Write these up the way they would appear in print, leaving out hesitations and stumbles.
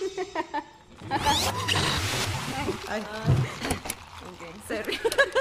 Ay. Okay. Sorry.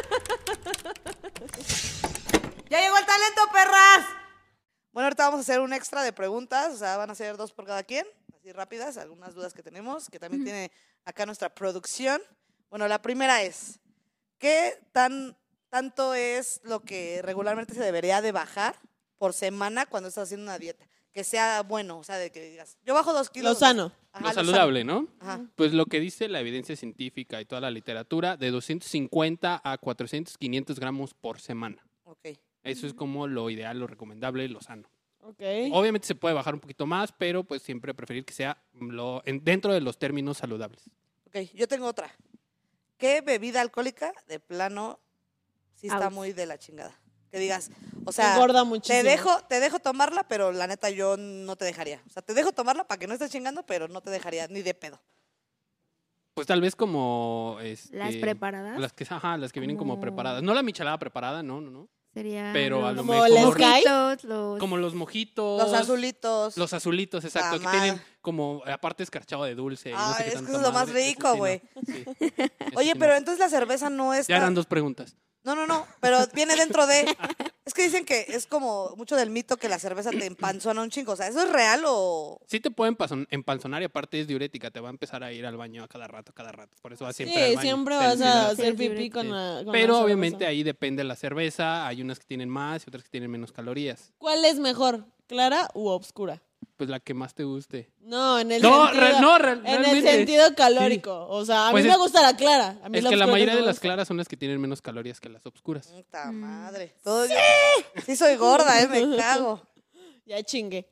¡Ya llegó el talento, perras! Bueno, ahorita vamos a hacer un extra de preguntas, o sea, van a ser 2 por cada quien, así rápidas, algunas dudas que tenemos, que también tiene acá nuestra producción. Bueno, la primera es, ¿qué tanto es lo que regularmente se debería de bajar por semana cuando estás haciendo una dieta? Que sea bueno, o sea, de que digas, yo bajo 2 kilos. Lo sano. Ajá, Lo saludable, sano. ¿no? Ajá. Pues lo que dice la evidencia científica y toda la literatura, de 250 a 400, 500 gramos por semana. Ok. Eso es como lo ideal, lo recomendable, lo sano. Ok. Obviamente se puede bajar un poquito más, pero pues siempre preferir que sea dentro de los términos saludables. Ok, yo tengo otra. ¿Qué bebida alcohólica de plano sí está Ouch. muy de la chingada? Que digas, o sea, Engorda muchísimo. te dejo tomarla, pero la neta yo no te dejaría. O sea, te dejo tomarla para que no estés chingando, pero no te dejaría ni de pedo. Pues tal vez como... ¿Las preparadas? Las que vienen como Como- preparadas. No la michelada preparada, no. Sería Pero a lo Como mejor... el Sky. mojitos, los... Como los mojitos. Los azulitos. Los azulitos, exacto. Que madre. tienen como, aparte escarchado de dulce. y no sé Ay, qué es que tanta eso es lo más madre. Eso rico, sí, güey. no. Sí. Eso Oye, sí, pero no. entonces la cerveza no es Ya tan- eran 2 preguntas. No, pero viene dentro de... Es que dicen que es como mucho del mito que la cerveza te empanzona un chingo. O sea, ¿eso es real o...? Sí te pueden empanzonar y aparte es diurética. Te va a empezar a ir al baño a cada rato. Por eso vas Sí, siempre al baño. siempre Te vas a deshidratas. hacer Sí, pipí con Sí. la con Pero la obviamente cerveza. ahí depende de la cerveza. Hay unas que tienen más y otras que tienen menos calorías. ¿Cuál es mejor, clara u obscura? Pues la que más te guste. No, en el No, sentido, en el realmente. sentido calórico. O sea, a Pues mí es- me gusta la clara. A mí Es que la obscura mayoría no de me las gusta. claras son las que tienen menos calorías que las obscuras. Puta madre. Todo sí soy gorda, me cago. Ya chingue.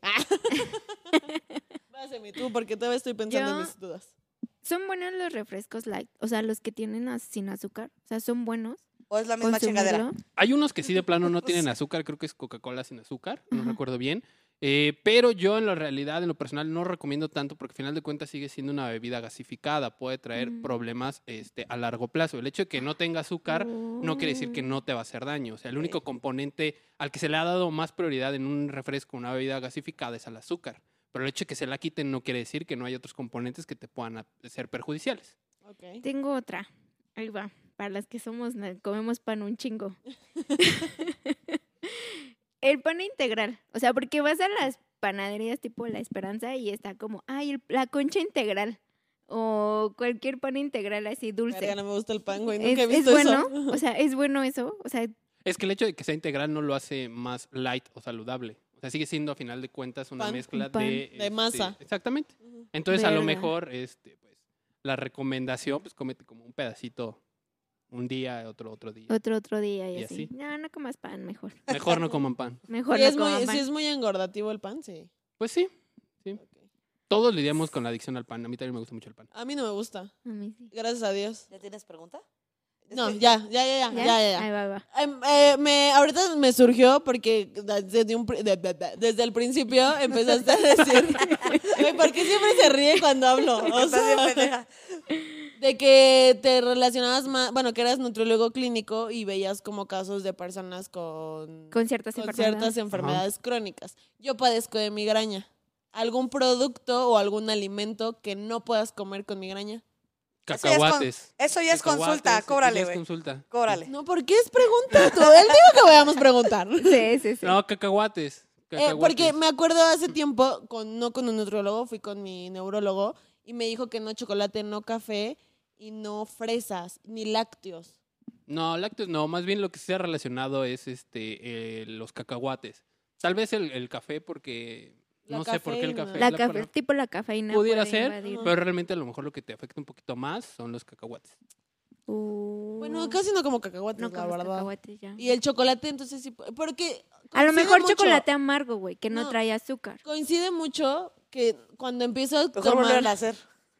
Pásame tú, porque todavía estoy pensando en Yo- mis dudas. Son buenos los refrescos light, o sea, los que tienen sin azúcar, o sea, son buenos. O es la misma chingadera. Consumirlo. Hay unos que sí de plano no tienen azúcar, creo que es Coca-Cola sin azúcar, no Ajá. recuerdo bien. Pero yo en la realidad, en lo personal, no recomiendo tanto porque al final de cuentas sigue siendo una bebida gasificada. Puede traer problemas a largo plazo. El hecho de que no tenga azúcar no quiere decir que no te va a hacer daño. O sea, el único componente al que se le ha dado más prioridad en un refresco, una bebida gasificada, es al azúcar. Pero el hecho de que se la quiten no quiere decir que no hay otros componentes que te puedan ser perjudiciales. Ok. Tengo otra. Ahí va. Para las que comemos pan un chingo. El pan integral. O sea, porque vas a las panaderías tipo La Esperanza y está como, ay, la concha integral. O cualquier pan integral así dulce. Verga, no me gusta el pan, güey. Es, Nunca he es visto bueno. eso. O sea, es bueno eso. O sea, Es que el hecho de que sea integral no lo hace más light o saludable. O sea, sigue siendo a final de cuentas una Pan. mezcla Un pan. de masa. Exactamente. Entonces, a lo Verga. mejor, pues, la recomendación, pues, cómete como un pedacito un día, otro día. otro día y Y así. así. No comas pan, mejor. Mejor no coman pan. Mejor Sí, no es muy, coman pan. sí es muy engordativo el pan, sí. Pues sí, sí. Todos lidiamos con la adicción al pan. A mí también me gusta mucho el pan. A mí no me gusta. A mí sí. Gracias a Dios. ¿Ya tienes pregunta? No, Es que- ya. Ahí va. Ahorita me surgió porque desde el principio empezaste a decir, güey, ¿por qué siempre se ríe cuando hablo? O Estás bien sea, pendeja. de que te relacionabas más, bueno, que eras nutriólogo clínico y veías como casos de personas con Con ciertas enfermedades. ciertas enfermedades crónicas. Yo padezco de migraña. ¿Algún producto o algún alimento que no puedas comer con migraña? Cacahuates. Eso ya es consulta, Cacahuates, cóbrale, ya es güey. consulta. Cóbrale. No, ¿por qué es pregunta? Tú, él dijo que vayamos a preguntar. Sí. No, cacahuates. Porque me acuerdo hace tiempo, no con un nutriólogo, fui con mi neurólogo y me dijo que no chocolate, no café y no fresas, ni lácteos. No, lácteos no. Más bien lo que se ha relacionado es los cacahuates. Tal vez el café porque... La No sé por qué el cafeína. café. La palabra- tipo la cafeína Pudiera puede ser, invadir. pero realmente a lo mejor lo que te afecta un poquito más son los cacahuates. Bueno, casi no como cacahuates, no la comes verdad. cacahuates ya. Y el chocolate, entonces sí, porque... A lo coincide mejor mucho- chocolate amargo, güey, que no No. trae azúcar. Coincide mucho que cuando empiezo a Mejor volver a tomar... nacer.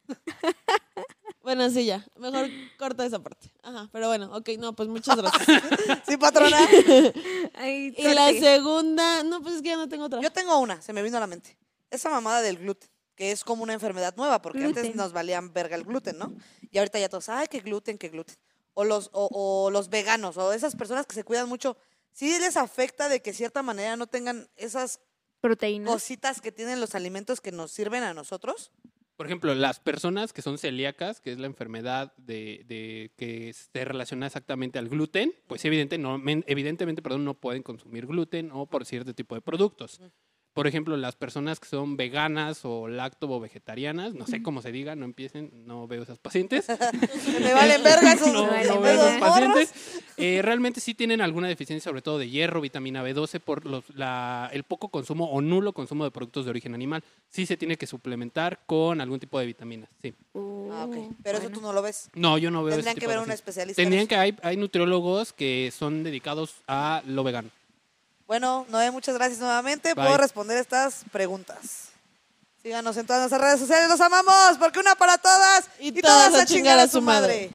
Bueno, sí, ya. Mejor corta esa parte. Ajá, pero bueno, ok, no, pues muchas gracias. Sí, patrona. Ay, Y la suerte. segunda... No, pues es que ya no tengo otra. Yo tengo una, se me vino a la mente. Esa mamada del gluten, que es como una enfermedad nueva, porque antes Gluten. nos valían verga el gluten, ¿no? Y ahorita ya todos, ay, qué gluten, qué gluten. O los veganos, o esas personas que se cuidan mucho. Sí les afecta de que de cierta manera no tengan esas Proteínas. cositas que tienen los alimentos que nos sirven a nosotros. Por ejemplo, las personas que son celíacas, que es la enfermedad que se relaciona exactamente al gluten, pues evidentemente, no pueden consumir gluten o por cierto tipo de productos. Por ejemplo, las personas que son veganas o lacto-vegetarianas, no sé cómo se diga, no empiecen, no veo esas pacientes. Me valen verga esos, No vale veo verga. esas pacientes. Realmente sí tienen alguna deficiencia, sobre todo de hierro, vitamina B12, por el poco consumo o nulo consumo de productos de origen animal. Sí se tiene que suplementar con algún tipo de vitaminas, sí. Ah, ok. Pero eso tú no lo ves. No, yo no veo Tendrían ese que tipo de ver un pacientes. especialista. en Tendrían eso. que hay nutriólogos que son dedicados a lo vegano. Bueno, Noé, muchas gracias nuevamente Bye. por responder estas preguntas. Síganos en todas nuestras redes sociales, los amamos, porque una para todas Y todas a chingar a su madre.